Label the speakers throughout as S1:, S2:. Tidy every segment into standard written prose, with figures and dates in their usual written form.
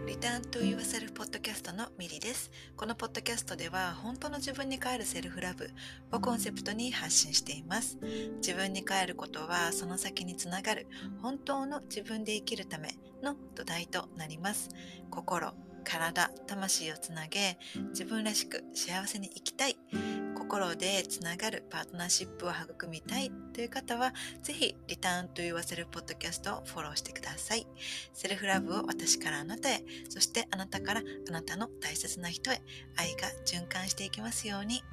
S1: リターントゥーユアセルフポッドキャストのミリです。このポッドキャストでは本当の自分に帰るセルフラブをコンセプトに発信しています。自分に帰ることはその先につながる本当の自分で生きるための土台となります。心、体、魂をつなげ、自分らしく幸せに生きたい。心でつながるパートナーシップを育みたいという方は、ぜひリターントゥーユアセルフポッドキャストをフォローしてください。セルフラブを私からあなたへ、そしてあなたからあなたの大切な人へ愛が循環していきますように。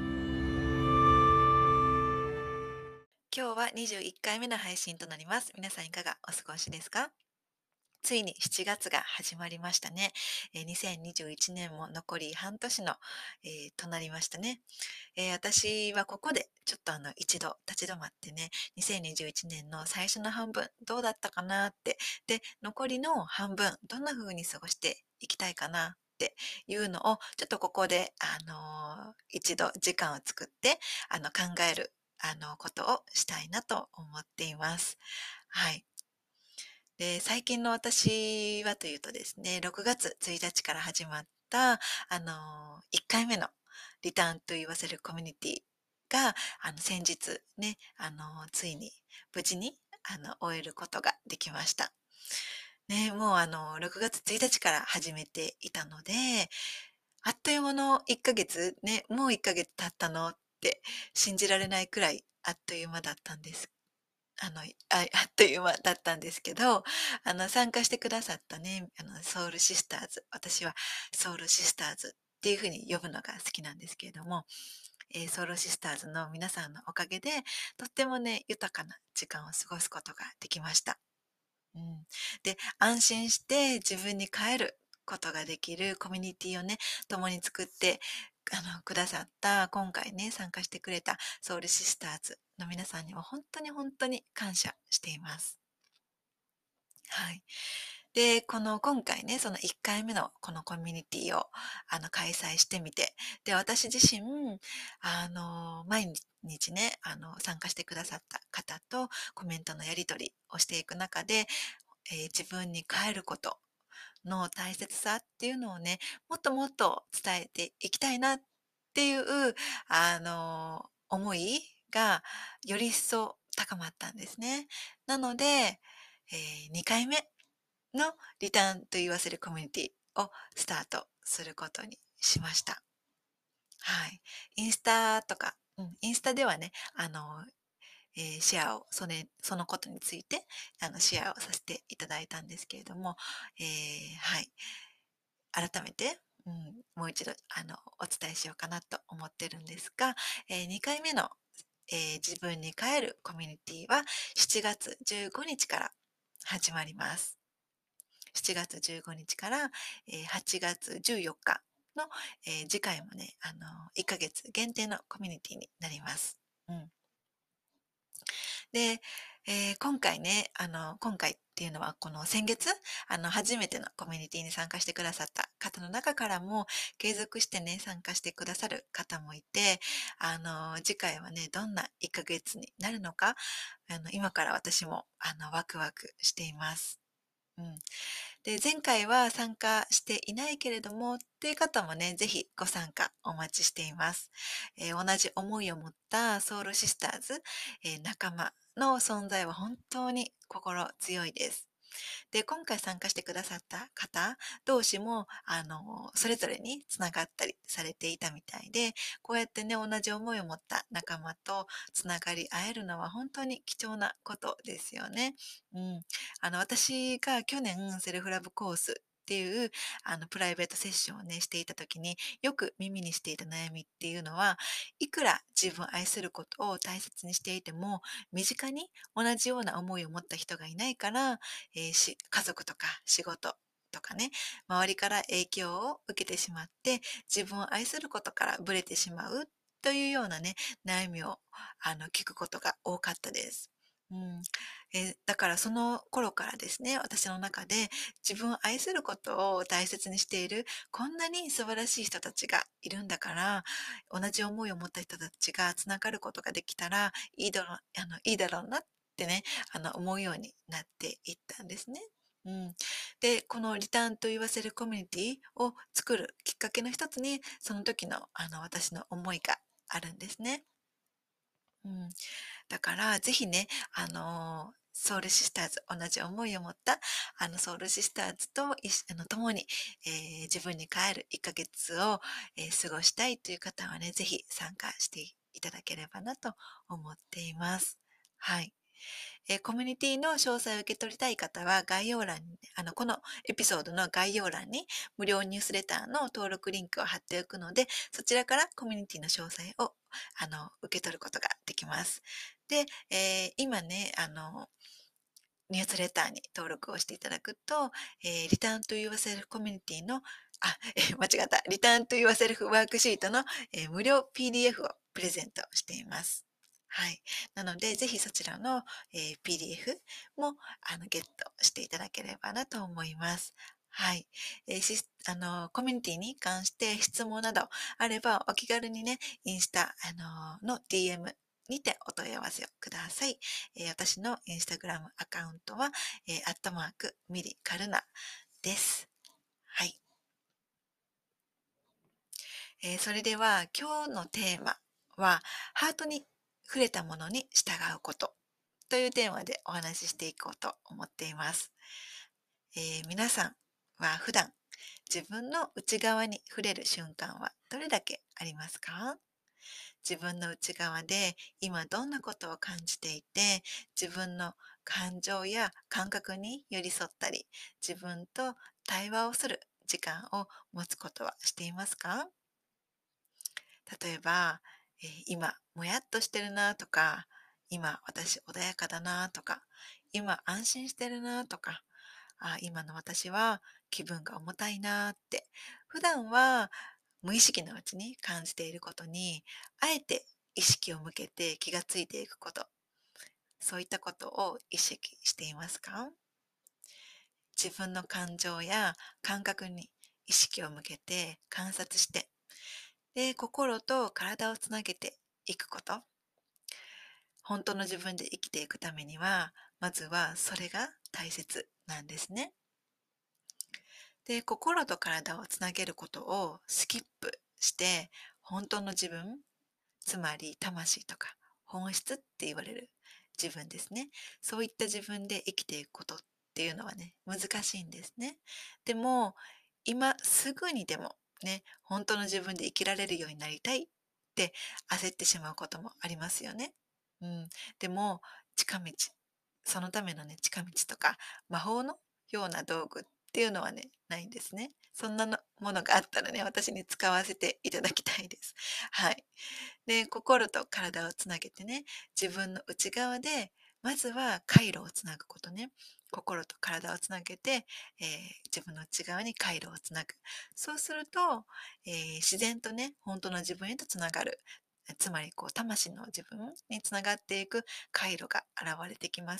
S1: 今日は21回目の配信となります。皆さんいかがお過ごしですか？ついに7月が始まりましたね。2021年も残り半年の、となりましたね。私はここでちょっと一度立ち止まってね、2021年の最初の半分どうだったかなって、で、残りの半分どんな風に過ごしていきたいかなっていうのを、ちょっとここで、一度時間を作って、考える、ことをしたいなと思っています。はい。で、最近の私はというとですね、6月1日から始まった、1回目のリターンと言わせるコミュニティが、先日ね、ついに無事に、終えることができました。ね、もう6月1日から始めていたので、あっという間の1ヶ月ね、もう1ヶ月経ったのって信じられないくらいあっという間だったんですあっという間だったんですけど、参加してくださったね、ソウルシスターズ、私はソウルシスターズっていう風に呼ぶのが好きなんですけれども、ソウルシスターズの皆さんのおかげで、とってもね、豊かな時間を過ごすことができました。うん。で、安心して自分に帰ることができるコミュニティをね、共に作って、くださった、今回ね、参加してくれたソウルシスターズの皆さんには本当に本当に感謝しています。はい。で、今回ね、その1回目のこのコミュニティを、開催してみて、で、私自身、毎日ね、参加してくださった方とコメントのやり取りをしていく中で、自分に帰ることの大切さっていうのをね、もっともっと伝えていきたいなっていう、思いがより一層高まったんですね。なので、2回目のリターンと言わせるコミュニティをスタートすることにしました。はい。インスタとか、インスタではね、シェアを、そのことについて、シェアをさせていただいたんですけれども、はい。改めて、もう一度、お伝えしようかなと思ってるんですが、2回目の、自分に帰るコミュニティは7月15日から始まります。7月15日から、8月14日の、次回もね、1ヶ月限定のコミュニティになります。うん。で、今回っていうのは、この先月、初めてのコミュニティに参加してくださった方の中からも、継続してね、参加してくださる方もいて、次回はね、どんな1ヶ月になるのか、今から私も、ワクワクしています。うん。で、前回は参加していないけれどもっていう方もね、ぜひご参加お待ちしています。同じ思いを持ったソウルシスターズ、仲間の存在は本当に心強いです。で、今回参加してくださった方同士も、それぞれにつながったりされていたみたいで、こうやってね、同じ思いを持った仲間とつながり合えるのは本当に貴重なことですよね。うん。私が去年セルフラブコースっていう、プライベートセッションをね、していた時に、よく耳にしていた悩みっていうのは、いくら自分を愛することを大切にしていても、身近に同じような思いを持った人がいないから、家族とか仕事とかね、周りから影響を受けてしまって、自分を愛することからブレてしまうというようなね、悩みを、聞くことが多かったです。うん。だからその頃からですね、私の中で自分を愛することを大切にしている、こんなに素晴らしい人たちがいるんだから、同じ思いを持った人たちがつながることができたらいいだろうなってね、思うようになっていったんですね。 うん。で、このリターンと言わせるコミュニティを作るきっかけの一つに、その時の私の思いがあるんですね。うん。だから、ぜひね、ソウルシスターズ、同じ思いを持った、ソウルシスターズと共に、自分に帰る1ヶ月を、過ごしたいという方はね、ぜひ参加していただければなと思っています。はい。コミュニティの詳細を受け取りたい方は、概要欄に、このエピソードの概要欄に無料ニュースレターの登録リンクを貼っておくので、そちらからコミュニティの詳細を、受け取ることができます。で、今ね、ニュースレターに登録をしていただくと、リターンと言わせるコミュニティの、間違った。リターンと言わせるワークシートの、無料 PDF をプレゼントしています。はい。なので、ぜひそちらの、PDF も、ゲットしていただければなと思います。はい。コミュニティに関して質問などあれば、お気軽にね、インスタ、の DM にてお問い合わせをください。私のインスタグラムアカウントは、アットマークミリカルナです。はい。それでは今日のテーマは、ハートに触れたものに従うことというテーマでお話ししていこうと思っています。皆さんは普段自分の内側に触れる瞬間はどれだけありますか？自分の内側で今どんなことを感じていて、自分の感情や感覚に寄り添ったり、自分と対話をする時間を持つことはしていますか？例えば、今もやっとしてるなとか、今私穏やかだなとか、今安心してるなとか、今の私は気分が重たいなって、普段は無意識のうちに感じていることに、あえて意識を向けて気がついていくこと、そういったことを意識していますか？自分の感情や感覚に意識を向けて観察して、で、心と体をつなげていくこと。本当の自分で生きていくためには、まずはそれが大切なんですね。で、心と体をつなげることをスキップして、本当の自分、つまり魂とか本質って言われる自分ですね。そういった自分で生きていくことっていうのはね、難しいんですね。でも、今すぐにでもね、本当の自分で生きられるようになりたいって焦ってしまうこともありますよね。うん。でも、近道、そのためのね、近道とか魔法のような道具っていうのはね、ないんですね。そんなのものがあったらね、私に使わせていただきたいです。はい。で、心と体をつなげてね、自分の内側で、まずは回路をつなぐことね。心と体をつなげて、自分の内側に回路をつなぐ。そうすると、自然とね、本当の自分へとつながる。つまり、こう、魂の自分につながっていく回路が現れてきます。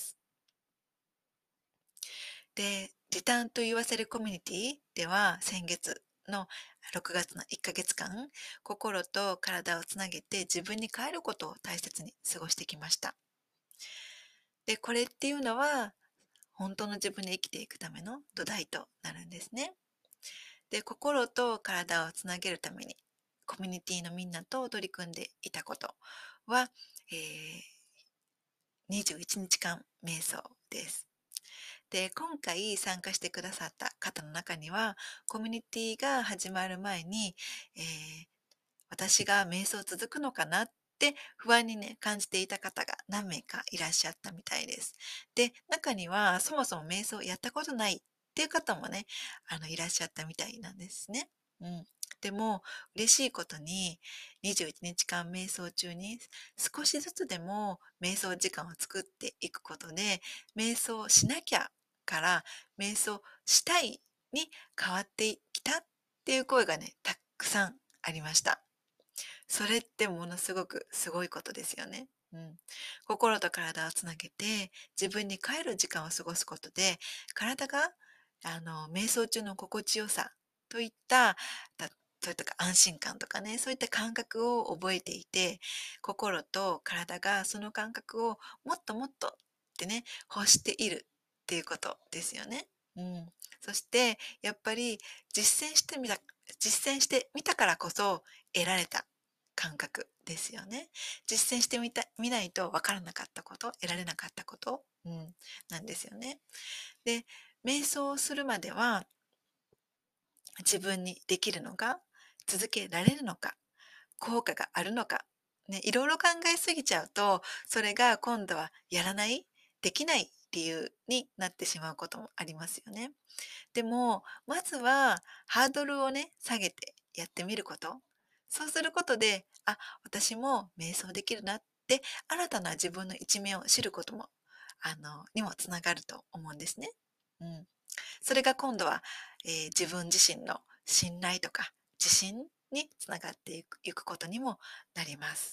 S1: で、リターンと言わせるコミュニティでは、先月の6月の1ヶ月間、心と体をつなげて自分に変えることを大切に過ごしてきました。で、これっていうのは、本当の自分で生きていくための土台となるんですね。で、心と体をつなげるために、コミュニティのみんなと取り組んでいたことは、21日間瞑想です。で、今回参加してくださった方の中には、コミュニティが始まる前に、えー私が瞑想続くのかなって不安にね、感じていた方が何名かいらっしゃったみたいです。で、中にはそもそも瞑想やったことないっていう方もね、いらっしゃったみたいなんですね。うん。でも、嬉しいことに、21日間瞑想中に少しずつでも瞑想時間を作っていくことで、瞑想しなきゃから瞑想したいに変わってきたっていう声がね、たくさんありました。それってものすごくすごいことですよね。うん。心と体をつなげて、自分に帰る時間を過ごすことで、体が、瞑想中の心地よさといった、それとか安心感とかね、そういった感覚を覚えていて、心と体がその感覚をもっともっとってね、欲しているっていうことですよね。 うん。そして、やっぱり実践してみた実践してみたからこそ得られた感覚ですよね。実践してみないと分からなかったこと、得られなかったこと、なんですよね。で、瞑想をするまでは、自分にできるのか、続けられるのか、効果があるのか、ね、いろいろ考えすぎちゃうと、それが今度はやらない、できない理由になってしまうこともありますよね。でも、まずはハードルをね、下げてやってみること。そうすることで、あ、私も瞑想できるなって、新たな自分の一面を知ることも、にもつながると思うんですね。うん。それが今度は、自分自身の信頼とか自信につながっていくことにもなります。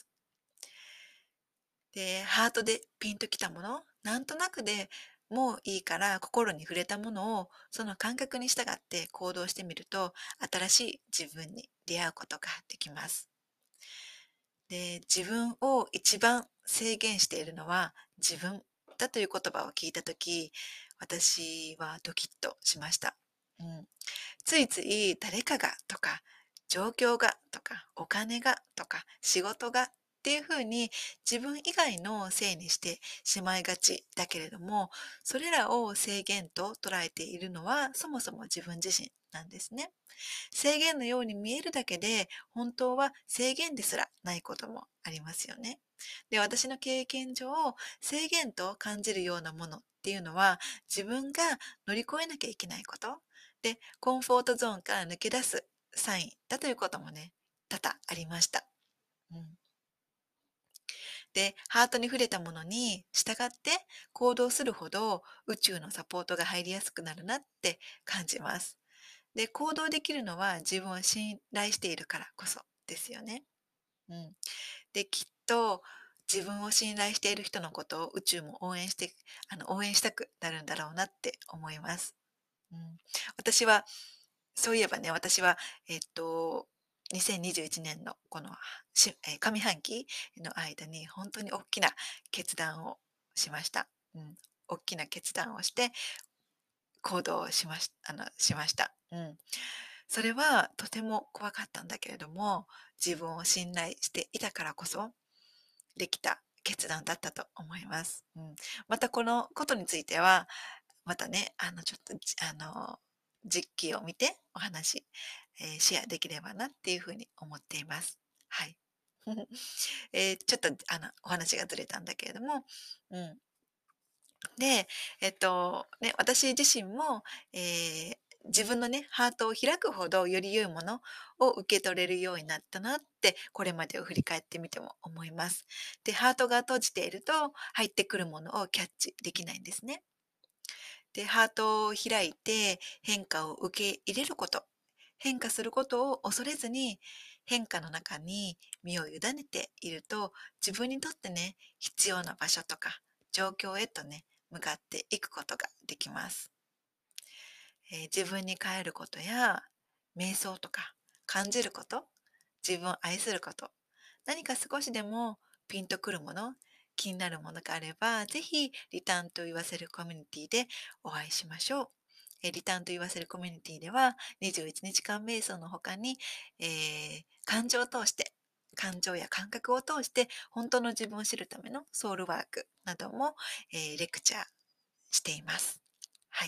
S1: で、ハートでピンときたもの、なんとなくでもういいから心に触れたものをその感覚に従って行動してみると、新しい自分に出会うことができます。で、自分を一番制限しているのは自分だという言葉を聞いたとき、私はドキッとしました。うん、ついつい誰かがとか、状況がとか、お金がとか、仕事がっていうふうに自分以外のせいにしてしまいがちだけれども、それらを制限と捉えているのはそもそも自分自身なんですね。制限のように見えるだけで、本当は制限ですらないこともありますよね。で、私の経験上、制限と感じるようなものっていうのは、自分が乗り越えなきゃいけないこと。で、コンフォートゾーンから抜け出すサインだということもね、多々ありました。うん、で、ハートに触れたものに従って行動するほど宇宙のサポートが入りやすくなるなって感じます。で、行動できるのは自分を信頼しているからこそですよね。うん。で、きっと自分を信頼している人のことを宇宙も応援したくなるんだろうなって思います。うん。私は、そういえばね、私は、2021年のこの、上半期の間に本当に大きな決断をしました。うん。大きな決断をして行動をしました。うん。それはとても怖かったんだけれども、自分を信頼していたからこそ、できた決断だったと思います。うん。またこのことについては、またね、ちょっと、実機を見てお話、シェアできればなっていうふうに思っています。はい。ちょっと、お話がずれたんだけれども、うん。で、ね、私自身も、えー自分のね、ハートを開くほどより良いものを受け取れるようになったなって、これまでを振り返ってみても思います。で、ハートが閉じていると入ってくるものをキャッチできないんですね。で、ハートを開いて変化を受け入れること、変化することを恐れずに変化の中に身を委ねていると、自分にとってね、必要な場所とか状況へとね、向かっていくことができます。自分に帰ることや瞑想とか感じること、自分を愛すること、何か少しでもピンとくるもの、気になるものがあれば、ぜひリターンと言わせるコミュニティでお会いしましょう。リターンと言わせるコミュニティでは、21日間瞑想の他に、感情を通して、感情や感覚を通して、本当の自分を知るためのソウルワークなども、レクチャーしています。はい。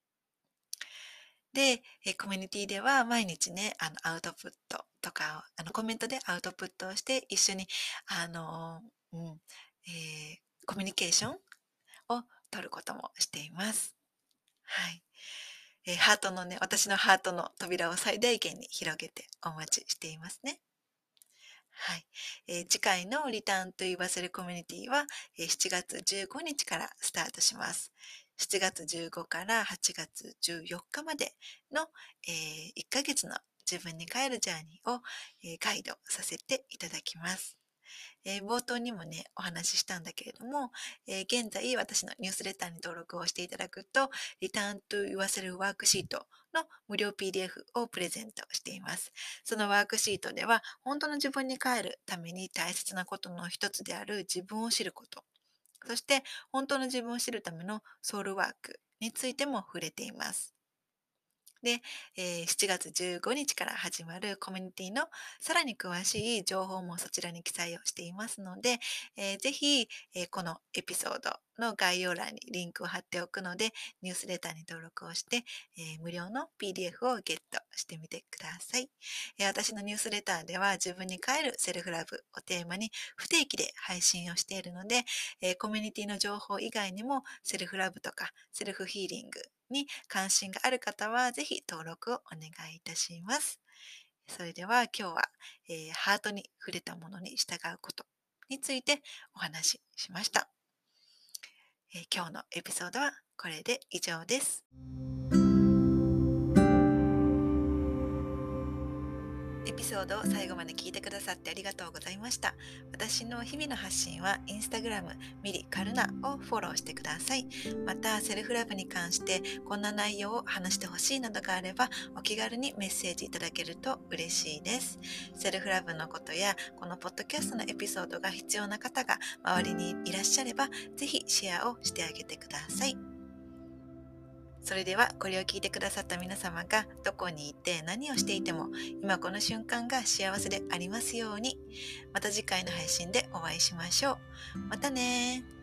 S1: で、コミュニティでは毎日ね、アウトプットとかを、コメントでアウトプットをして、一緒に、あの、うん、コミュニケーションを取ることもしています。はい。ハートのね、私のハートの扉を最大限に広げてお待ちしていますね。はい。次回のリターンと言わせるコミュニティは、7月15日からスタートします。7月15から8月14日までの、1ヶ月の自分に帰るジャーニーを、ガイドさせていただきます。冒頭にもね、お話ししたんだけれども、現在私のニュースレターに登録をしていただくと、リターンと言わせるワークシートの無料 PDF をプレゼントしています。そのワークシートでは、本当の自分に帰るために大切なことの一つである自分を知ること、そして本当の自分を知るためのソウルワークについても触れています。で、7月15日から始まるコミュニティのさらに詳しい情報もそちらに記載をしていますので、ぜひ、このエピソードの概要欄にリンクを貼っておくので、ニュースレターに登録をして、無料の PDF をゲットしてみてください。私のニュースレターでは自分に帰るセルフラブをテーマに不定期で配信をしているので、コミュニティの情報以外にもセルフラブとかセルフヒーリングに関心がある方は、ぜひ登録をお願いいたします。それでは今日は、ハートに触れたものに従うことについてお話ししました。今日のエピソードはこれで以上です。エピソードを最後まで聞いてくださってありがとうございました。私の日々の発信はインスタグラムミリカルナをフォローしてください。またセルフラブに関してこんな内容を話してほしいなどがあればお気軽にメッセージいただけると嬉しいです。セルフラブのことやこのポッドキャストのエピソードが必要な方が周りにいらっしゃればぜひシェアをしてあげてください。それではこれを聞いてくださった皆様がどこにいて何をしていても今この瞬間が幸せでありますように。また次回の配信でお会いしましょう。またね。